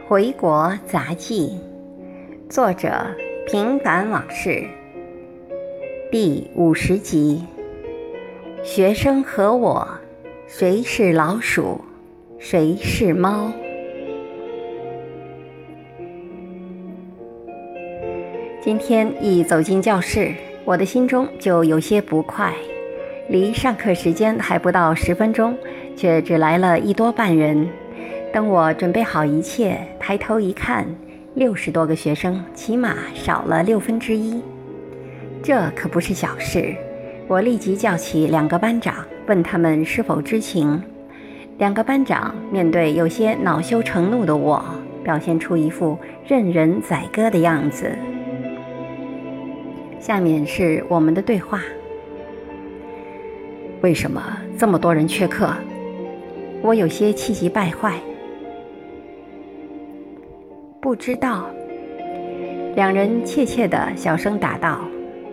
回国杂记，作者平凡往事，第50集。学生和我，谁是老鼠，谁是猫？今天一走进教室，我的心中就有些不快。离上课时间还不到10分钟，却只来了1多半人。等我准备好一切，抬头一看，60多个学生，起码少了1/6。这可不是小事。我立即叫起2个班长，问他们是否知情。2个班长面对有些恼羞成怒的我，表现出一副任人宰割的样子。下面是我们的对话。为什么这么多人缺课？我有些气急败坏。不知道。2人怯怯地小声答道。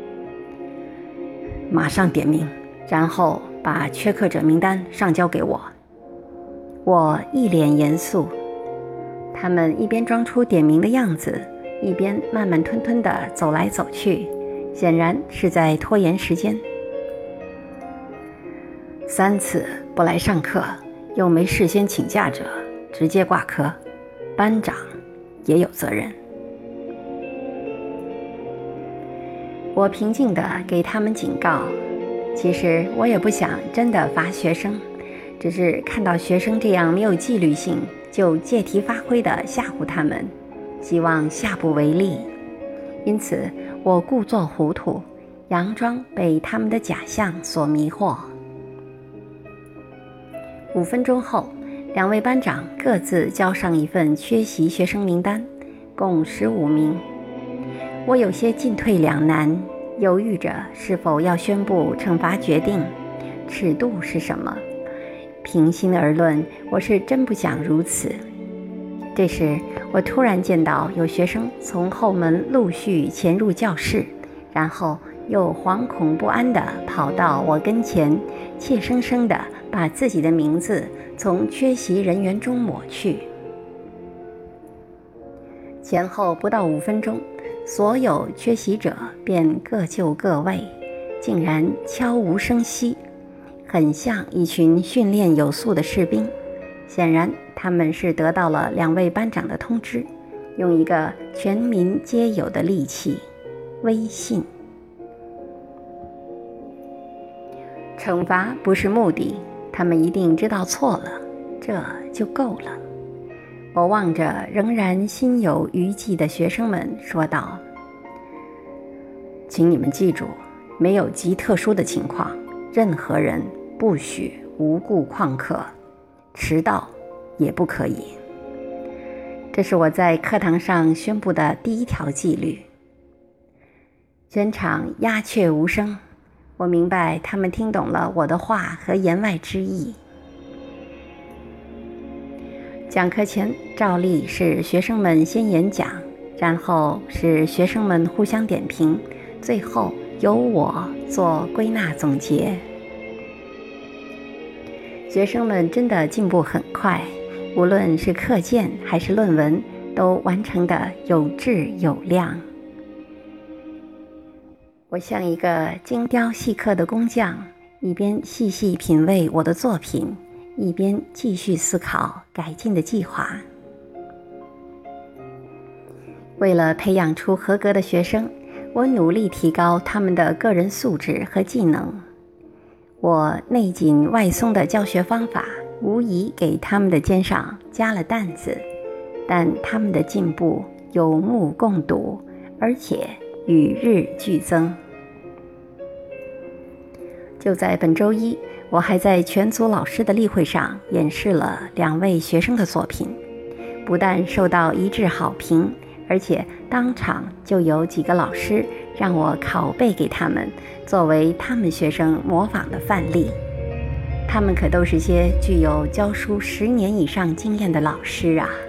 马上点名，然后把缺课者名单上交给我。我一脸严肃。他们一边装出点名的样子，一边慢慢吞吞地走来走去，显然是在拖延时间。3次不来上课，又没事先请假者，直接挂科，班长也有责任。我平静地给他们警告，其实我也不想真的罚学生，只是看到学生这样没有纪律性，就借题发挥地吓唬他们，希望下不为例。因此我故作糊涂，佯装被他们的假象所迷惑。5分钟后，2位班长各自交上一份缺席学生名单，共15名。我有些进退两难，犹豫着是否要宣布惩罚决定，尺度是什么？平心而论，我是真不想如此。这时，我突然见到有学生从后门陆续潜入教室，然后又惶恐不安地跑到我跟前，怯生生地把自己的名字从缺席人员中抹去。前后不到5分钟，所有缺席者便各就各位，竟然悄无声息，很像一群训练有素的士兵。显然他们是得到了2位班长的通知，用一个全民皆有的利器——微信。惩罚不是目的，他们一定知道错了，这就够了。我望着仍然心有余悸的学生们说道：请你们记住，没有极特殊的情况，任何人不许无故旷课，迟到也不可以。这是我在课堂上宣布的第1条纪律。全场鸦雀无声，我明白他们听懂了我的话和言外之意。讲课前照例是学生们先演讲，然后是学生们互相点评，最后由我做归纳总结。学生们真的进步很快，无论是课件还是论文，都完成得有质有量。我像一个精雕细刻的工匠，一边细细品味我的作品，一边继续思考改进的计划。为了培养出合格的学生，我努力提高他们的个人素质和技能。我内紧外松的教学方法无疑给他们的肩上加了担子，但他们的进步有目共睹，而且与日俱增。就在本周一，我还在全组老师的例会上演示了2位学生的作品，不但受到一致好评，而且当场就有几个老师让我拷贝给他们，作为他们学生模仿的范例。他们可都是些具有教书10年以上经验的老师啊！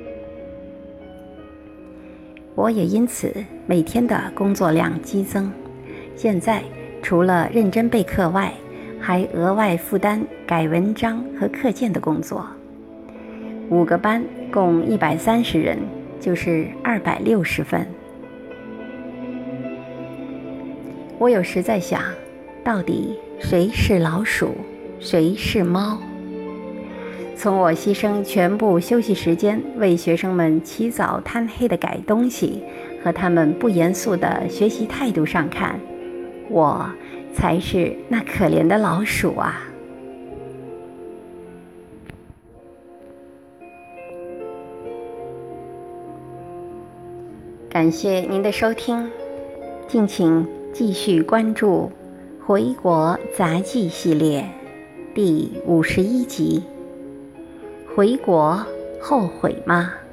我也因此每天的工作量激增，现在除了认真备课外，还额外负担改文章和课件的工作。 5个班共130人，就是260分。我有时在想，到底谁是老鼠，谁是猫？从我牺牲全部休息时间为学生们起早贪黑的改东西和他们不严肃的学习态度上看，我才是那可怜的老鼠啊！感谢您的收听，敬请继续关注《回国杂记》系列第51集。回国后悔吗？